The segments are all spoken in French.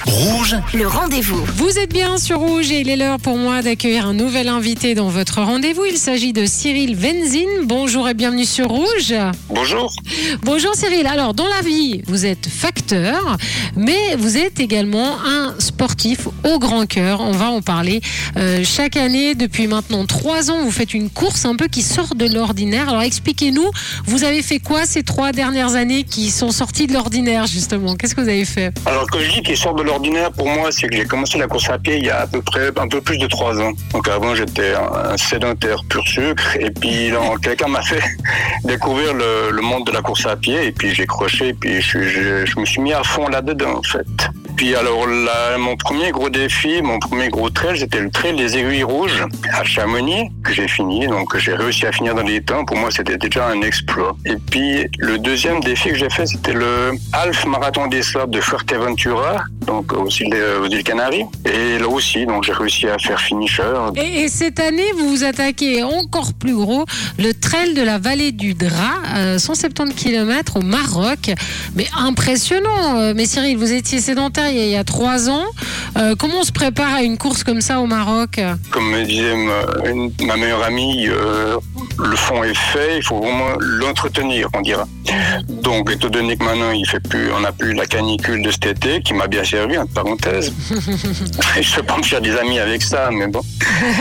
Rouge, le rendez-vous. Vous êtes bien sur Rouge et il est l'heure pour moi d'accueillir un nouvel invité dans votre rendez-vous. Il s'agit de Cyril Wenzin. Bonjour et bienvenue sur Rouge. Bonjour. Bonjour Cyril. Alors dans la vie, vous êtes facteur, mais vous êtes également un sportif au grand cœur. On va en parler. Chaque année, depuis maintenant 3 ans, vous faites une course un peu qui sort de l'ordinaire. Alors expliquez-nous, vous avez fait quoi ces 3 dernières années qui sont sorties de l'ordinaire justement? Qu'est-ce que vous avez fait? Alors quand je dis qu'il sort de l'ordinaire, pour moi, c'est que j'ai commencé la course à pied il y a à peu près un peu plus de 3 ans. Donc avant, j'étais un sédentaire pur sucre. Et puis quelqu'un m'a fait découvrir le monde de la course à pied. Et puis j'ai croché. Et puis je me suis mis à fond là-dedans, en fait. Puis alors mon premier gros défi, mon premier gros trail, c'était le trail des Aiguilles Rouges à Chamonix, que j'ai fini. Donc j'ai réussi à finir dans les temps. Pour moi, c'était déjà un exploit. Et puis le deuxième défi que j'ai fait, c'était le Half Marathon des Sables de Fuerteventura, donc aussi aux îles Canaries. Et là aussi, donc j'ai réussi à faire finisher. Et cette année, vous vous attaquez encore plus gros, le trail de la vallée du Drap, 170 km au Maroc. Mais impressionnant. Mais Cyril, vous étiez sédentaire il y a 3 ans. Comment on se prépare à une course comme ça au Maroc? Comme me disait ma meilleure amie, le fond est fait, il faut vraiment l'entretenir, on dira. Donc, étant donné que maintenant, on n'a plus la canicule de cet été, qui m'a bien servi, entre parenthèses. Je ne vais pas me faire des amis avec ça, mais bon.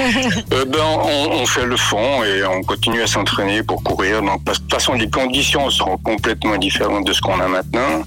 On fait le fond et on continue à s'entraîner pour courir. Donc, de toute façon, les conditions seront complètement différentes de ce qu'on a maintenant.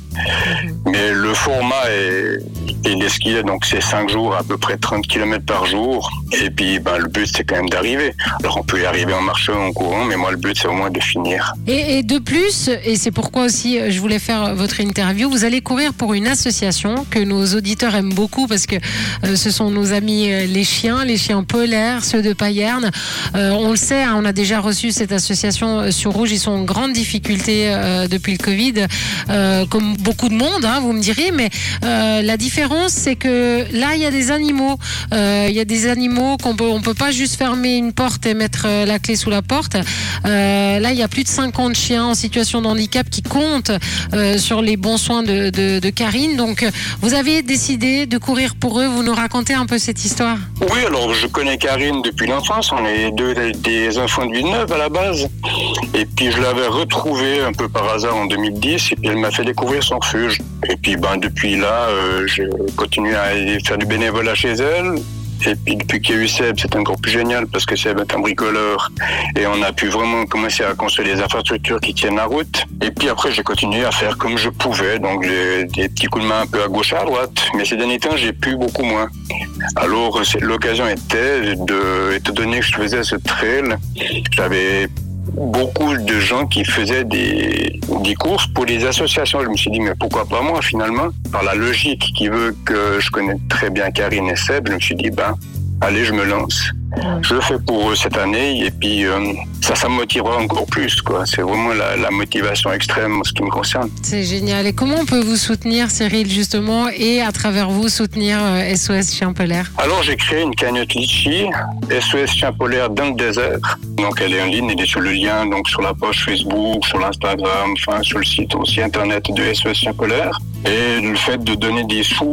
Mais le format il est ce qu'il est, donc c'est 5 jours, à peu près 30 km par jour. Et puis, le but, c'est quand même d'arriver. Alors, on peut y arriver en marchant, en courant, mais moi, le but, c'est au moins de finir. Et de plus, et c'est pourquoi aussi je voulais faire votre interview, vous allez courir pour une association que nos auditeurs aiment beaucoup parce que ce sont nos amis les chiens polaires, ceux de Payerne. On le sait, on a déjà reçu cette association sur Rouge. Ils sont en grande difficulté depuis le Covid, comme beaucoup de monde, vous me direz, mais la différence, c'est que là, il y a des animaux. Il y a des animaux on peut pas juste fermer une porte et mettre la clé sous la porte. Là, il y a plus de 50 chiens en situation de handicap qui comptent sur les bons soins de Karine. Donc, vous avez décidé de courir pour eux. Vous nous racontez un peu cette histoire? Oui, alors je connais Karine depuis l'enfance. On est des enfants de Villeneuve à la base. Et puis, je l'avais retrouvée un peu par hasard en 2010. Et puis, elle m'a fait découvrir son refuge. Et puis, depuis là, je continue à faire du bénévolat chez elle. Et puis depuis qu'il y a eu Seb, c'est encore plus génial parce que Seb est un bricoleur et on a pu vraiment commencer à construire des infrastructures qui tiennent la route. Et puis après, j'ai continué à faire comme je pouvais, donc des petits coups de main un peu à gauche à droite. Mais ces derniers temps, j'ai pu beaucoup moins. Alors l'occasion était étant donné que je faisais ce trail, j'avais beaucoup de gens qui faisaient des courses pour les associations. Je me suis dit, mais pourquoi pas moi finalement? Par la logique qui veut que je connais très bien Karine et Seb, je me suis dit, allez, je me lance. Je le fais pour eux cette année et puis ça me motivera encore plus, quoi. C'est vraiment la motivation extrême en ce qui me concerne. C'est génial. Et comment on peut vous soutenir, Cyril, justement, et à travers vous soutenir SOS Chiens Polaires? Alors j'ai créé une cagnotte Litchi, SOS Chiens Polaires dans le désert. Donc elle est en ligne, elle est sur le lien, donc sur la page Facebook, sur l'Instagram, sur le site aussi internet de SOS Chiens Polaires. Et le fait de donner des sous,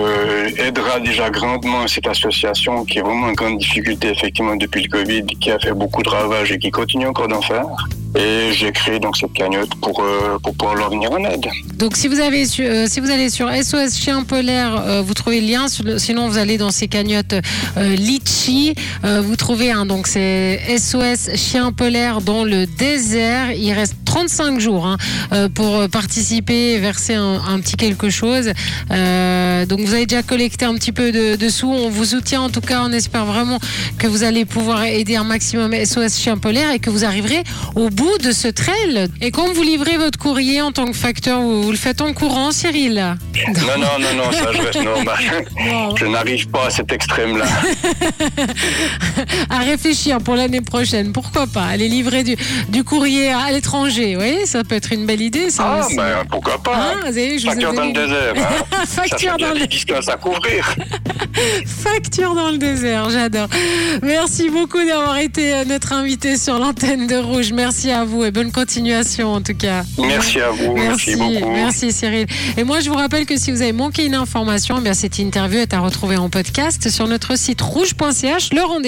aidera déjà grandement cette association qui est vraiment en grande difficulté effectivement depuis le Covid, qui a fait beaucoup de ravages et qui continue encore d'en faire. Et j'ai créé donc cette cagnotte pour pouvoir leur venir en aide. Donc si vous allez sur SOS Chiens Polaires, vous trouvez le lien. Sinon vous allez dans ces cagnottes Litchi. Vous trouvez donc c'est SOS Chiens Polaires dans le désert. Il reste 35 jours pour participer et verser un petit quelque chose. Donc vous avez déjà collecté un petit peu de sous. On vous soutient en tout cas. On espère vraiment que vous allez pouvoir aider un maximum SOS Chiens Polaires et que vous arriverez au bout de ce trail. Et quand vous livrez votre courrier en tant que facteur, vous le faites en courant, Cyril? Non, ça je reste normal. Non. Je n'arrive pas à cet extrême-là. À réfléchir pour l'année prochaine, pourquoi pas aller livrer du courrier à l'étranger bouger. Oui, ça peut être une belle idée, ça aussi. Ben, pourquoi pas. Facture dans le désert. Facture dans le distance à couvrir. Facture dans le désert, j'adore. Merci beaucoup d'avoir été notre invité sur l'antenne de Rouge. Merci à vous et bonne continuation en tout cas. Merci à vous. Merci beaucoup. Merci Cyril. Et moi, je vous rappelle que si vous avez manqué une information, cette interview est à retrouver en podcast sur notre site rouge.ch. Le rendez-vous